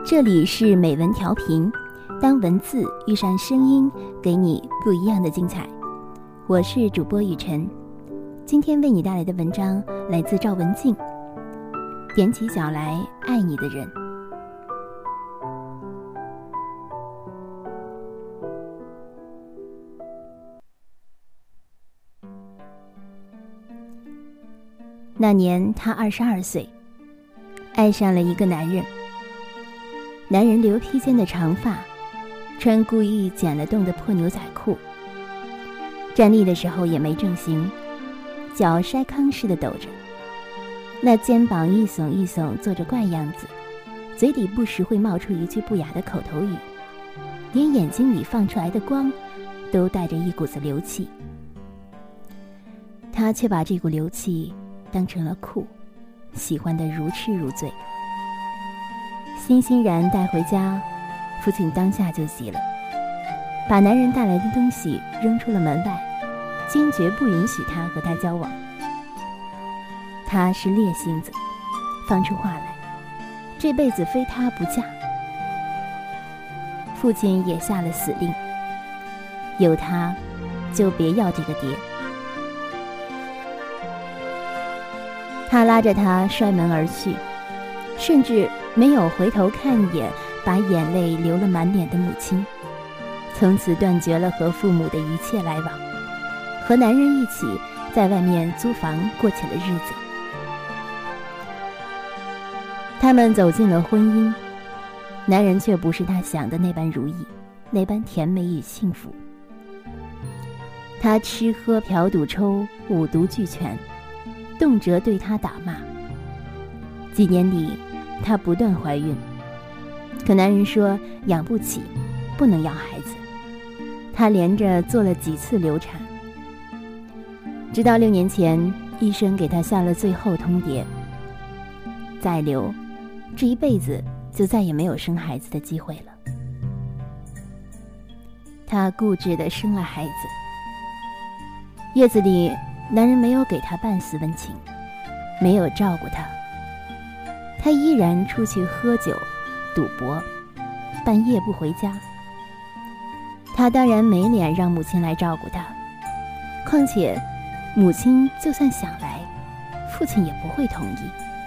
这里是美文调频，当文字遇上声音，给你不一样的精彩。我是主播雨晨，今天为你带来的文章来自赵文静，踮起脚来爱你的人。那年他22岁，爱上了一个男人。男人留披肩的长发，穿故意剪了洞的破牛仔裤，站立的时候也没正形，脚筛糠似的抖着，那肩膀一耸一耸，做着怪样子，嘴里不时会冒出一句不雅的口头语，连眼睛里放出来的光都带着一股子流气。他却把这股流气当成了酷，喜欢得如痴如醉。欣欣然带回家，父亲当下就急了，把男人带来的东西扔出了门外，坚决不允许他和他交往。他是烈性子，放出话来，这辈子非他不嫁。父亲也下了死令，有他就别要这个爹。他拉着他摔门而去，甚至没有回头看一眼把眼泪流了满脸的母亲，从此断绝了和父母的一切来往，和男人一起在外面租房过起了日子。他们走进了婚姻，男人却不是他想的那般如意，那般甜美与幸福。他吃喝嫖赌抽，五毒俱全，动辄对他打骂。几年里她不断怀孕，可男人说养不起，不能要孩子。她连着做了几次流产，直到6年前医生给她下了最后通牒，再留这一辈子就再也没有生孩子的机会了。她固执地生了孩子，月子里男人没有给她半丝温情，没有照顾她，他依然出去喝酒赌博，半夜不回家。他当然没脸让母亲来照顾他，况且母亲就算想来，父亲也不会同意。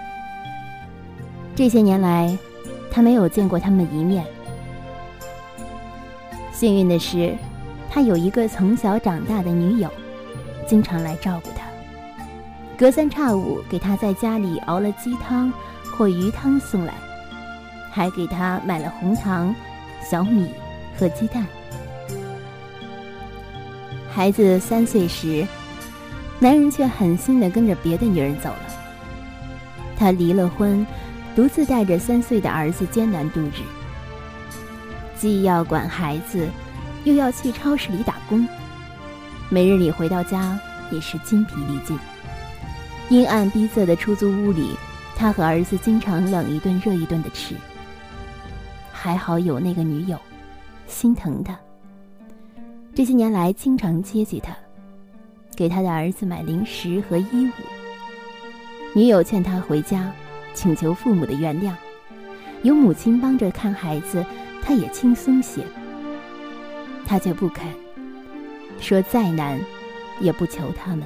这些年来他没有见过他们一面。幸运的是，他有一个从小长大的女友，经常来照顾他，隔三差五给他在家里熬了鸡汤或鱼汤送来，还给他买了红糖、小米和鸡蛋。孩子3岁时，男人却狠心地跟着别的女人走了。他离了婚，独自带着3岁的儿子艰难度日，既要管孩子，又要去超市里打工，每日里回到家也是筋疲力尽。阴暗逼仄的出租屋里，他和儿子经常冷一顿热一顿的吃。还好有那个女友，心疼他，这些年来经常接济他，给他的儿子买零食和衣物。女友劝他回家，请求父母的原谅，有母亲帮着看孩子，他也轻松些。他却不肯，说再难也不求他们。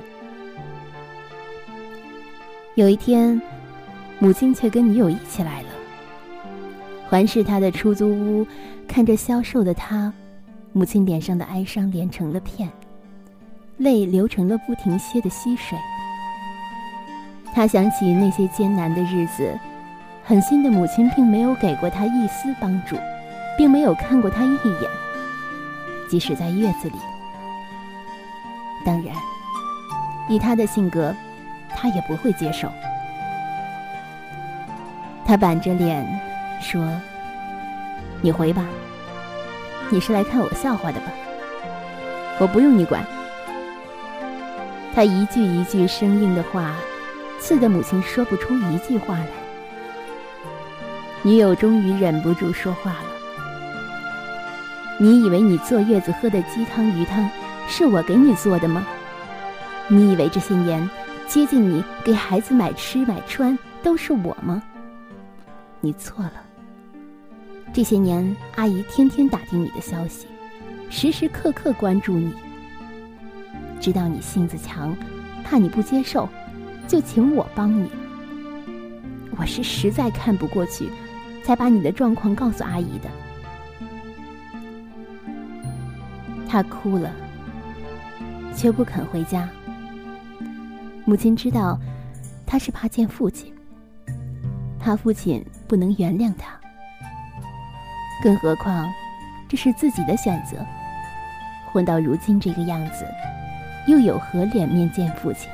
有一天，母亲却跟女友一起来了。环视他的出租屋，看着消瘦的他，母亲脸上的哀伤连成了片，泪流成了不停歇的溪水。他想起那些艰难的日子，狠心的母亲并没有给过他一丝帮助，并没有看过他一眼，即使在月子里。当然，以他的性格，他也不会接受。他板着脸说：“你回吧，你是来看我笑话的吧？我不用你管。”他一句一句生硬的话，刺得母亲说不出一句话来。女友终于忍不住说话了：“你以为你坐月子喝的鸡汤鱼汤是我给你做的吗？你以为这些年接近你给孩子买吃买穿都是我吗？你错了， 这些年，阿姨天天打听你的消息，时时刻刻关注你，知道你性子强，怕你不接受，就请我帮你。我是实在看不过去，才把你的状况告诉阿姨的。她哭了，却不肯回家。母亲知道，她是怕见父亲，怕父亲不能原谅她。更何况，这是自己的选择，混到如今这个样子，又有何脸面见父亲？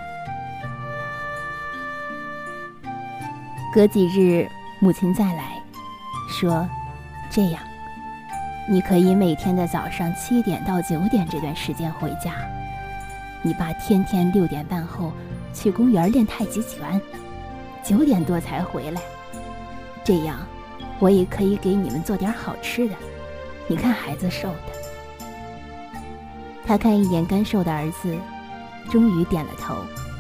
隔几日，母亲再来，说：“这样，你可以每天的早上7点到9点这段时间回家，你爸天天6点半后去公园练太极拳，9点多才回来。这样，我也可以给你们做点好吃的。你看孩子瘦的。”他看一眼干瘦的儿子，终于点了头。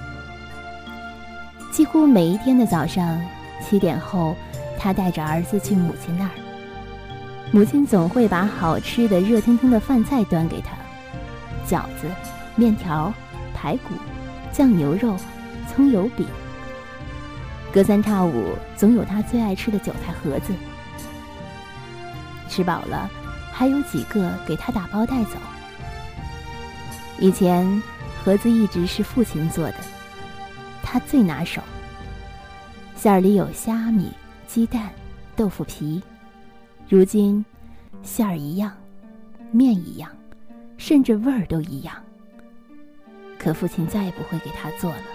几乎每一天的早上7点后，他带着儿子去母亲那儿。母亲总会把好吃的热腾腾的饭菜端给他，饺子、面条、排骨、酱牛肉、葱油饼。隔三差五总有他最爱吃的韭菜盒子。吃饱了，还有几个给他打包带走。以前盒子一直是父亲做的，他最拿手。馅儿里有虾米、鸡蛋、豆腐皮。如今馅儿一样，面一样，甚至味儿都一样。可父亲再也不会给他做了。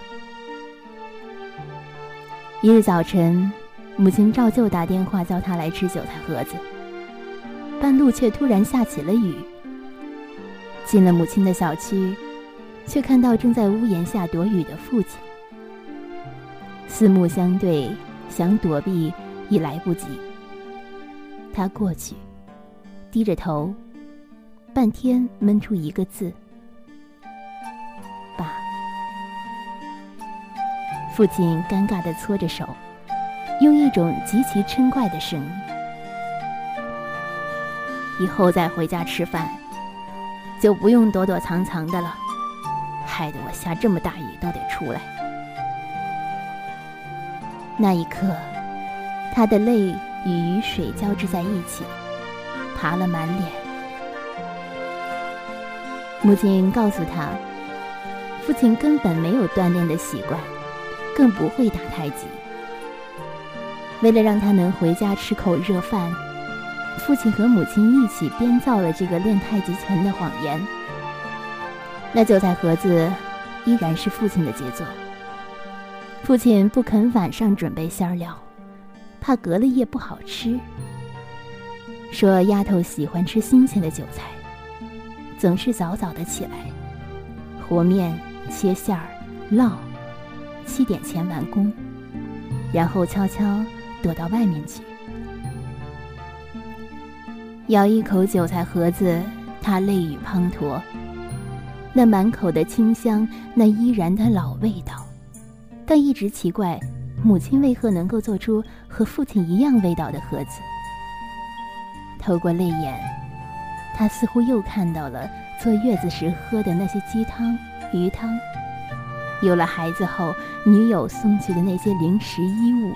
一日早晨，母亲照旧打电话叫他来吃韭菜盒子，半路却突然下起了雨。进了母亲的小区，却看到正在屋檐下躲雨的父亲。四目相对，想躲避已来不及。他过去，低着头，半天闷出一个字：爸。父亲尴尬地搓着手，用一种极其嗔怪的声音：“以后再回家吃饭，就不用躲躲藏藏的了，害得我下这么大雨都得出来。”那一刻，他的泪与雨水交织在一起，爬了满脸。母亲告诉他，父亲根本没有锻炼的习惯，更不会打太极。为了让他能回家吃口热饭，父亲和母亲一起编造了这个练太极拳的谎言。那韭菜盒子依然是父亲的杰作。父亲不肯晚上准备馅料，怕隔了夜不好吃。说丫头喜欢吃新鲜的韭菜，总是早早的起来，和面、切馅儿、烙，7点前完工，然后悄悄躲到外面去。咬一口韭菜盒子，他泪雨滂沱，那满口的清香，那依然的老味道。但一直奇怪，母亲为何能够做出和父亲一样味道的盒子。透过泪眼，他似乎又看到了坐月子时喝的那些鸡汤、鱼汤，有了孩子后女友送去的那些零食衣物。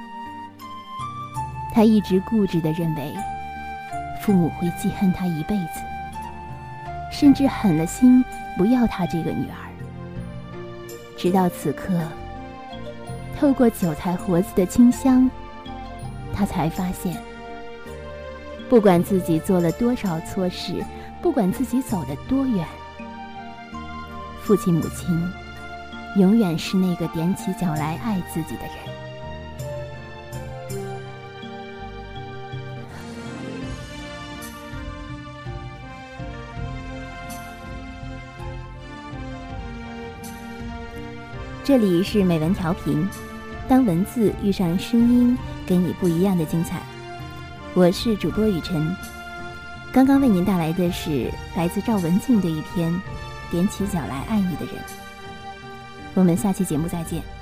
他一直固执地认为，父母会记恨他一辈子，甚至狠了心不要他这个女儿。直到此刻，透过韭菜盒子的清香，他才发现，不管自己做了多少错事，不管自己走得多远，父亲母亲永远是那个踮起脚来爱自己的人。这里是美文调频，当文字遇上声音，给你不一样的精彩。我是主播雨晨，刚刚为您带来的是来自赵文静的一篇《踮起脚来爱你的人》。我们下期节目再见。